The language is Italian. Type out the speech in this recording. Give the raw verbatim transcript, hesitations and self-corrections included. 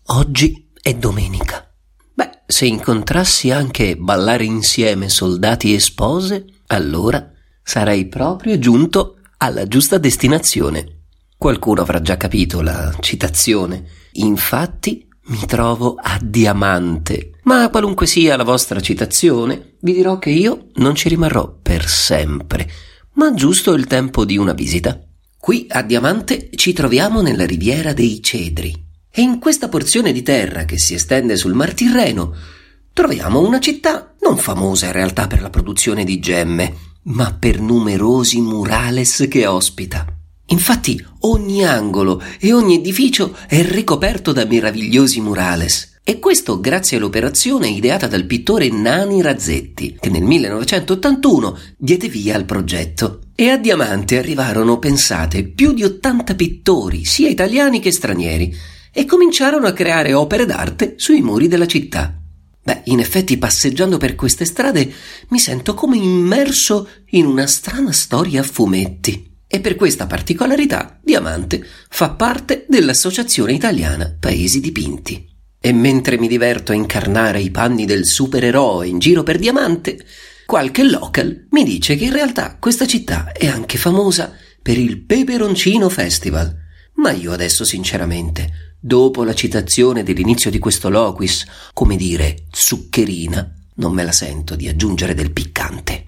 Oggi è domenica. Beh, se incontrassi anche ballare insieme soldati e spose, allora sarei proprio giunto alla giusta destinazione. Qualcuno avrà già capito la citazione. Infatti mi trovo a Diamante. Ma qualunque sia la vostra citazione, vi dirò che io non ci rimarrò per sempre, ma giusto il tempo di una visita. Qui a Diamante ci troviamo nella riviera dei Cedri. E in questa porzione di terra che si estende sul Mar Tirreno troviamo una città non famosa in realtà per la produzione di gemme, ma per numerosi murales che ospita. Infatti ogni angolo e ogni edificio è ricoperto da meravigliosi murales, e questo grazie all'operazione ideata dal pittore Nani Razzetti, che nel millenovecentottantuno diede via al progetto. E a Diamante arrivarono, pensate, più di ottanta pittori, sia italiani che stranieri, e cominciarono a creare opere d'arte sui muri della città. Beh, in effetti passeggiando per queste strade mi sento come immerso in una strana storia a fumetti. E per questa particolarità Diamante fa parte dell'Associazione Italiana Paesi Dipinti. E mentre mi diverto a incarnare i panni del supereroe in giro per Diamante, qualche local mi dice che in realtà questa città è anche famosa per il Peperoncino Festival. Ma io adesso sinceramente, dopo la citazione dell'inizio di questo loquis, come dire zuccherina, non me la sento di aggiungere del piccante.